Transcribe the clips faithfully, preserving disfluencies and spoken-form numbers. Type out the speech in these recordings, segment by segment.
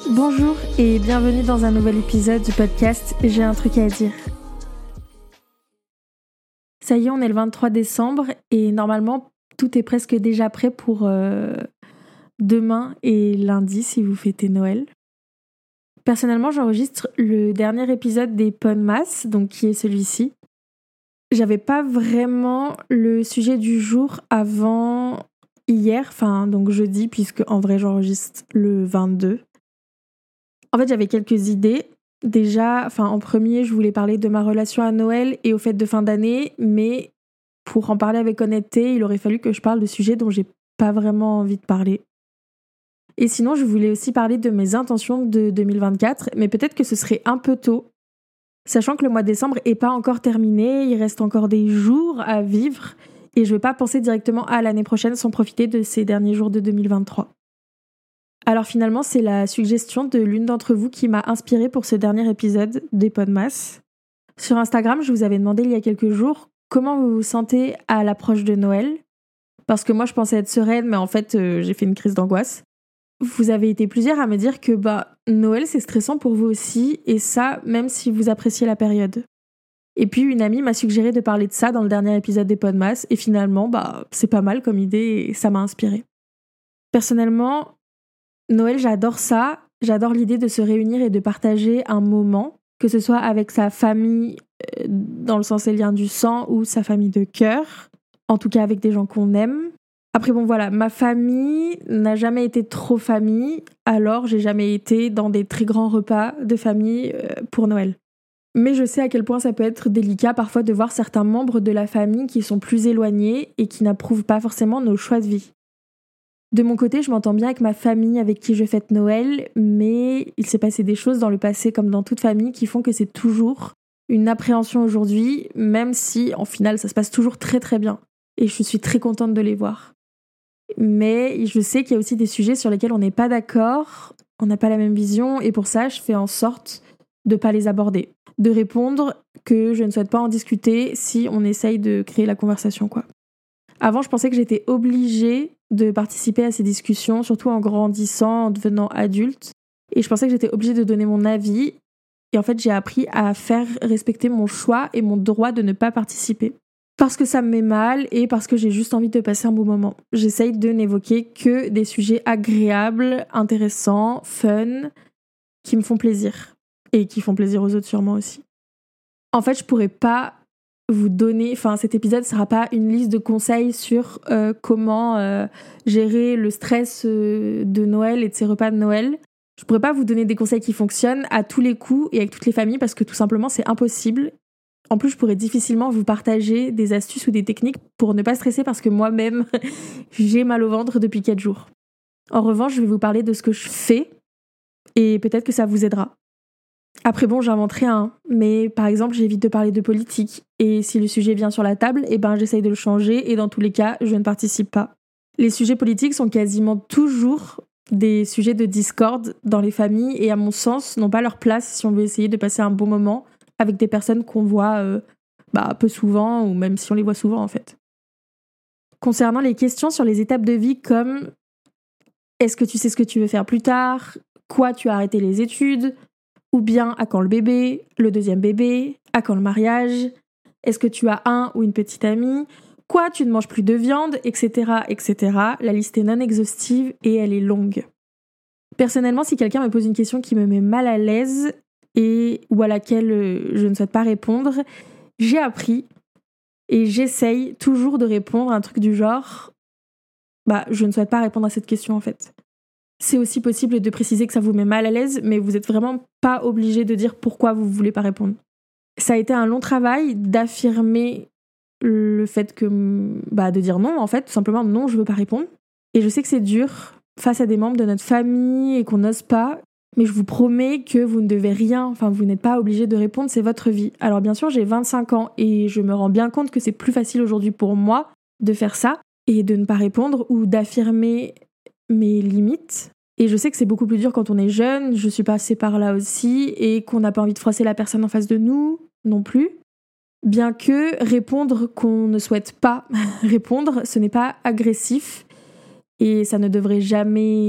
Bonjour et bienvenue dans un nouvel épisode du podcast J'ai un truc à dire. Ça y est, on est le vingt-trois décembre et normalement tout est presque déjà prêt pour euh, demain et lundi si vous fêtez Noël. Personnellement, j'enregistre le dernier épisode des Podmas, donc qui est celui-ci. J'avais pas vraiment le sujet du jour avant hier, enfin donc jeudi, puisque en vrai j'enregistre le vingt-deux. En fait, j'avais quelques idées. Déjà, enfin en premier, je voulais parler de ma relation à Noël et aux fêtes de fin d'année, mais pour en parler avec honnêteté, il aurait fallu que je parle de sujets dont j'ai pas vraiment envie de parler. Et sinon, je voulais aussi parler de mes intentions de deux mille vingt-quatre, mais peut-être que ce serait un peu tôt, sachant que le mois de décembre est pas encore terminé, il reste encore des jours à vivre, et je veux pas penser directement à l'année prochaine sans profiter de ces derniers jours de deux mille vingt-trois. Alors finalement, c'est la suggestion de l'une d'entre vous qui m'a inspirée pour ce dernier épisode des Podmas. Sur Instagram, je vous avais demandé il y a quelques jours comment vous vous sentez à l'approche de Noël, parce que moi je pensais être sereine, mais en fait euh, j'ai fait une crise d'angoisse. Vous avez été plusieurs à me dire que bah Noël c'est stressant pour vous aussi, et ça même si vous appréciez la période. Et puis une amie m'a suggéré de parler de ça dans le dernier épisode des Podmas, et finalement bah c'est pas mal comme idée et ça m'a inspirée. Personnellement, Noël j'adore ça, j'adore l'idée de se réunir et de partager un moment, que ce soit avec sa famille euh, dans le sens des liens du sang ou sa famille de cœur, en tout cas avec des gens qu'on aime. Après bon voilà, ma famille n'a jamais été trop famille, alors j'ai jamais été dans des très grands repas de famille pour Noël. Mais je sais à quel point ça peut être délicat parfois de voir certains membres de la famille qui sont plus éloignés et qui n'approuvent pas forcément nos choix de vie. De mon côté, je m'entends bien avec ma famille avec qui je fête Noël, mais il s'est passé des choses dans le passé comme dans toute famille qui font que c'est toujours une appréhension aujourd'hui, même si en final ça se passe toujours très très bien. Et je suis très contente de les voir. Mais je sais qu'il y a aussi des sujets sur lesquels on n'est pas d'accord, on n'a pas la même vision, et pour ça, je fais en sorte de ne pas les aborder. De répondre que je ne souhaite pas en discuter si on essaye de créer la conversation, quoi. Avant, je pensais que j'étais obligée de participer à ces discussions, surtout en grandissant, en devenant adulte. Et je pensais que j'étais obligée de donner mon avis. Et en fait, j'ai appris à faire respecter mon choix et mon droit de ne pas participer. Parce que ça me met mal et parce que j'ai juste envie de passer un bon moment. J'essaye de n'évoquer que des sujets agréables, intéressants, fun, qui me font plaisir. Et qui font plaisir aux autres sûrement aussi. En fait, je pourrais pas vous donner... Enfin, cet épisode ne sera pas une liste de conseils sur euh, comment euh, gérer le stress euh, de Noël et de ses repas de Noël. Je pourrais pas vous donner des conseils qui fonctionnent à tous les coups et avec toutes les familles parce que tout simplement, c'est impossible. En plus, je pourrais difficilement vous partager des astuces ou des techniques pour ne pas stresser parce que moi-même, j'ai mal au ventre depuis quatre jours. En revanche, je vais vous parler de ce que je fais et peut-être que ça vous aidera. Après bon, j'invente rien, mais par exemple, j'évite de parler de politique et si le sujet vient sur la table, eh ben, j'essaye de le changer et dans tous les cas, je ne participe pas. Les sujets politiques sont quasiment toujours des sujets de discorde dans les familles et à mon sens, n'ont pas leur place si on veut essayer de passer un bon moment avec des personnes qu'on voit euh, bah, peu souvent, ou même si on les voit souvent en fait. Concernant les questions sur les étapes de vie comme « Est-ce que tu sais ce que tu veux faire plus tard ? Quoi, tu as arrêté les études ? Ou bien à quand le bébé ? Le deuxième bébé ? À quand le mariage ? Est-ce que tu as un ou une petite amie ? Quoi, tu ne manges plus de viande ? Etc, et cetera. La liste est non exhaustive et elle est longue. Personnellement, si quelqu'un me pose une question qui me met mal à l'aise, et ou à laquelle je ne souhaite pas répondre, j'ai appris et j'essaye toujours de répondre à un truc du genre bah je ne souhaite pas répondre à cette question en fait. C'est aussi possible de préciser que ça vous met mal à l'aise, mais vous n'êtes vraiment pas obligé de dire pourquoi vous ne voulez pas répondre. Ça a été un long travail d'affirmer le fait que bah de dire non en fait, tout simplement non, je veux pas répondre. Et je sais que c'est dur face à des membres de notre famille et qu'on n'ose pas. Mais je vous promets que vous ne devez rien, enfin vous n'êtes pas obligé de répondre, c'est votre vie. Alors bien sûr, j'ai vingt-cinq ans et je me rends bien compte que c'est plus facile aujourd'hui pour moi de faire ça et de ne pas répondre ou d'affirmer mes limites. Et je sais que c'est beaucoup plus dur quand on est jeune, je suis passée par là aussi, et qu'on n'a pas envie de froisser la personne en face de nous non plus. Bien que répondre qu'on ne souhaite pas répondre, ce n'est pas agressif. Et ça ne devrait jamais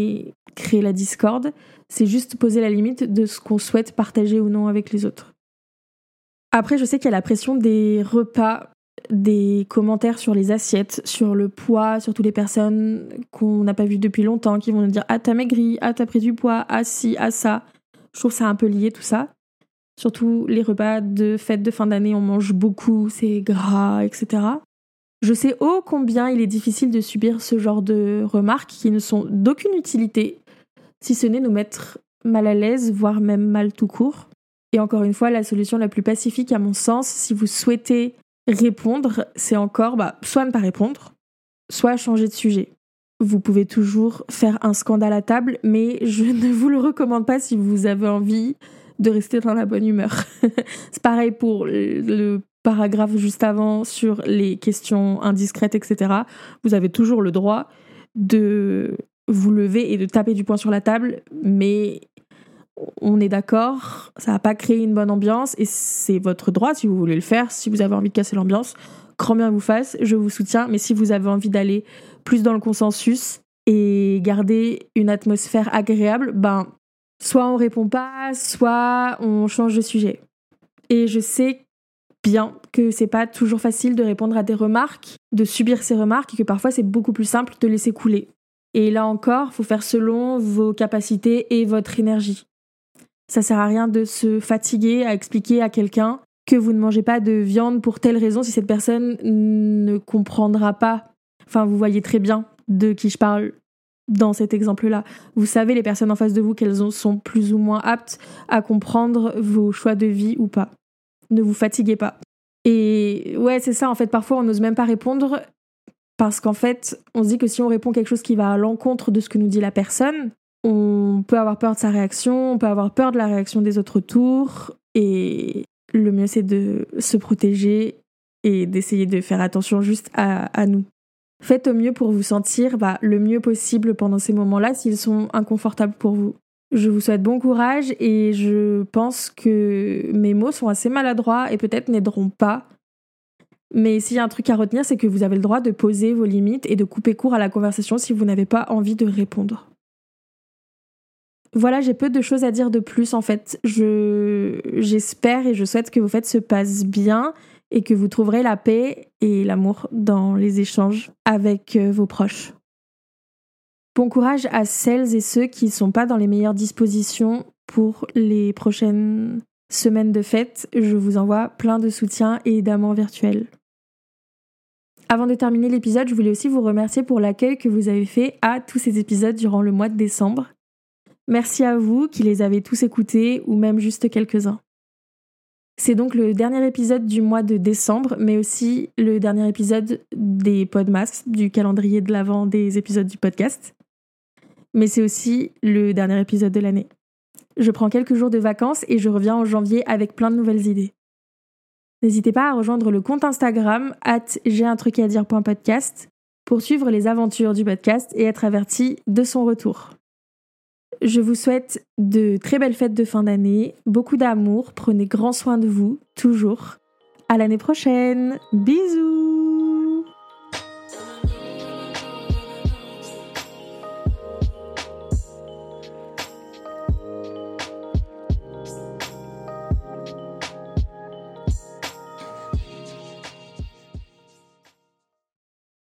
créer la discorde, c'est juste poser la limite de ce qu'on souhaite partager ou non avec les autres. Après, je sais qu'il y a la pression des repas, des commentaires sur les assiettes, sur le poids, sur toutes les personnes qu'on n'a pas vues depuis longtemps, qui vont nous dire « Ah, t'as maigri, ah, t'as pris du poids, ah, si, ah, ça ». Je trouve ça un peu lié, tout ça. Surtout les repas de fête de fin d'année, on mange beaucoup, c'est gras, et cetera. Je sais ô combien il est difficile de subir ce genre de remarques qui ne sont d'aucune utilité, si ce n'est nous mettre mal à l'aise, voire même mal tout court. Et encore une fois, la solution la plus pacifique à mon sens, si vous souhaitez répondre, c'est encore bah, soit ne pas répondre, soit changer de sujet. Vous pouvez toujours faire un scandale à table, mais je ne vous le recommande pas si vous avez envie de rester dans la bonne humeur. C'est pareil pour le paragraphe juste avant sur les questions indiscrètes, et cetera. Vous avez toujours le droit de vous lever et de taper du poing sur la table, mais on est d'accord, ça va pas créer une bonne ambiance et c'est votre droit si vous voulez le faire, si vous avez envie de casser l'ambiance, grand bien vous fasse, je vous soutiens, mais si vous avez envie d'aller plus dans le consensus et garder une atmosphère agréable, ben, soit on répond pas, soit on change de sujet. Et je sais bien que c'est pas toujours facile de répondre à des remarques, de subir ces remarques et que parfois c'est beaucoup plus simple de laisser couler. Et là encore, faut faire selon vos capacités et votre énergie. Ça sert à rien de se fatiguer à expliquer à quelqu'un que vous ne mangez pas de viande pour telle raison si cette personne ne comprendra pas. Enfin, vous voyez très bien de qui je parle dans cet exemple-là. Vous savez, les personnes en face de vous, qu'elles sont plus ou moins aptes à comprendre vos choix de vie ou pas. Ne vous fatiguez pas. Et ouais, c'est ça, en fait, parfois on n'ose même pas répondre parce qu'en fait, on se dit que si on répond quelque chose qui va à l'encontre de ce que nous dit la personne, on peut avoir peur de sa réaction, on peut avoir peur de la réaction des autres autour, et le mieux c'est de se protéger et d'essayer de faire attention juste à, à nous. Faites au mieux pour vous sentir bah, le mieux possible pendant ces moments-là s'ils sont inconfortables pour vous. Je vous souhaite bon courage et je pense que mes mots sont assez maladroits et peut-être n'aideront pas. Mais s'il y a un truc à retenir, c'est que vous avez le droit de poser vos limites et de couper court à la conversation si vous n'avez pas envie de répondre. Voilà, j'ai peu de choses à dire de plus en fait. Je, j'espère et je souhaite que vos fêtes se passent bien et que vous trouverez la paix et l'amour dans les échanges avec vos proches. Bon courage à celles et ceux qui ne sont pas dans les meilleures dispositions pour les prochaines semaines de fête. Je vous envoie plein de soutien et d'amour virtuel. Avant de terminer l'épisode, je voulais aussi vous remercier pour l'accueil que vous avez fait à tous ces épisodes durant le mois de décembre. Merci à vous qui les avez tous écoutés ou même juste quelques-uns. C'est donc le dernier épisode du mois de décembre, mais aussi le dernier épisode des Podmas, du calendrier de l'Avent des épisodes du podcast. Mais c'est aussi le dernier épisode de l'année. Je prends quelques jours de vacances et je reviens en janvier avec plein de nouvelles idées. N'hésitez pas à rejoindre le compte Instagram arobase j'ai un truc à dire point podcast pour suivre les aventures du podcast et être averti de son retour. Je vous souhaite de très belles fêtes de fin d'année, beaucoup d'amour, prenez grand soin de vous, toujours. À l'année prochaine, bisous!